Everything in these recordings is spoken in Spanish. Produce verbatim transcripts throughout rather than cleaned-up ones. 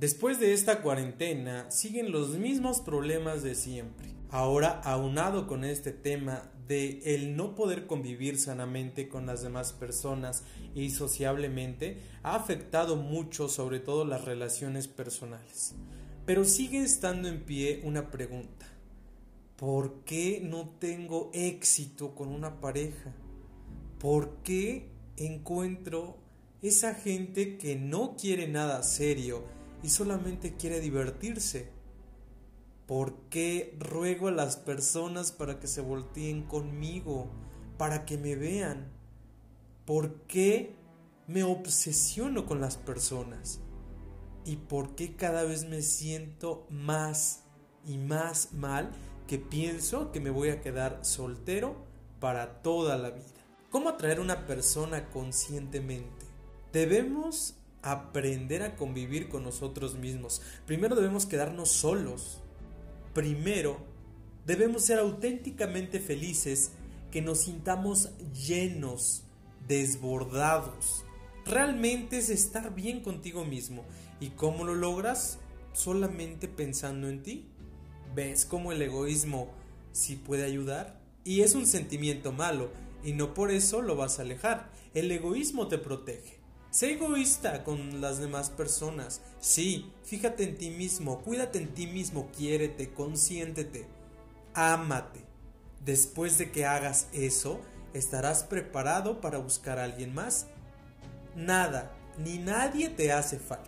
Después de esta cuarentena, siguen los mismos problemas de siempre. Ahora, aunado con este tema de el no poder convivir sanamente con las demás personas y sociablemente, ha afectado mucho, sobre todo las relaciones personales. Pero sigue estando en pie una pregunta: ¿por qué no tengo éxito con una pareja? ¿Por qué encuentro esa gente que no quiere nada serio y solamente quiere divertirse? ¿Por qué ruego a las personas para que se volteen conmigo, para que me vean? ¿Por qué me obsesiono con las personas? ¿Y por qué cada vez me siento más y más mal que pienso que me voy a quedar soltero para toda la vida? ¿Cómo atraer a una persona conscientemente? Debemos aprender a convivir con nosotros mismos. Primero debemos quedarnos solos. Primero debemos ser auténticamente felices, que nos sintamos llenos, desbordados. Realmente es estar bien contigo mismo. ¿Y cómo lo logras? Solamente pensando en ti. ¿Ves cómo el egoísmo sí puede ayudar? Y es un sentimiento malo, y no por eso lo vas a alejar. El egoísmo te protege. Sé egoísta con las demás personas. Sí, fíjate en ti mismo, cuídate en ti mismo, quiérete, consiéntete, ámate. Después de que hagas eso, estarás preparado para buscar a alguien más. Nada, ni nadie te hace falta.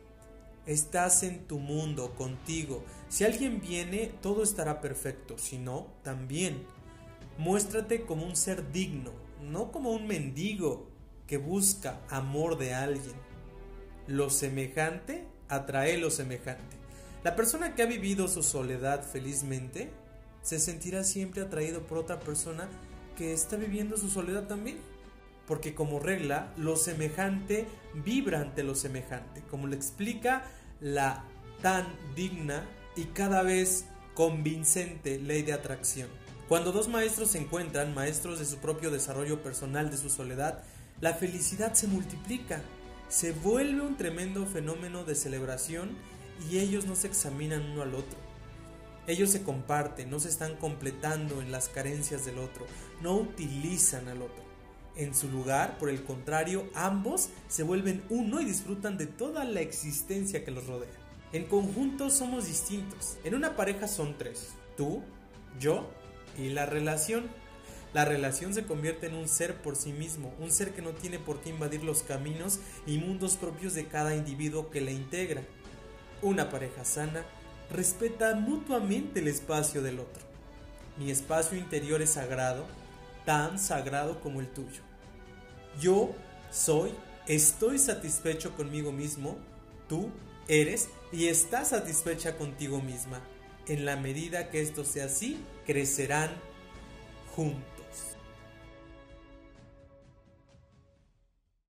Estás en tu mundo, contigo. Si alguien viene, todo estará perfecto. Si no, también. Muéstrate como un ser digno, no como un mendigo que busca amor de alguien. Lo semejante atrae lo semejante. La persona que ha vivido su soledad felizmente se sentirá siempre atraído por otra persona que está viviendo su soledad también. Porque como regla, lo semejante vibra ante lo semejante, como le explica la tan digna y cada vez convincente ley de atracción. Cuando dos maestros se encuentran, maestros de su propio desarrollo personal de su soledad, la felicidad se multiplica, se vuelve un tremendo fenómeno de celebración y ellos no se examinan uno al otro. Ellos se comparten, no se están completando en las carencias del otro, no utilizan al otro. En su lugar, por el contrario, ambos se vuelven uno y disfrutan de toda la existencia que los rodea. En conjunto somos distintos. En una pareja son tres: tú, yo y la relación. La relación se convierte en un ser por sí mismo, un ser que no tiene por qué invadir los caminos y mundos propios de cada individuo que la integra. Una pareja sana respeta mutuamente el espacio del otro. Mi espacio interior es sagrado, tan sagrado como el tuyo. Yo soy, estoy satisfecho conmigo mismo, tú eres y estás satisfecha contigo misma. En la medida que esto sea así, crecerán juntos.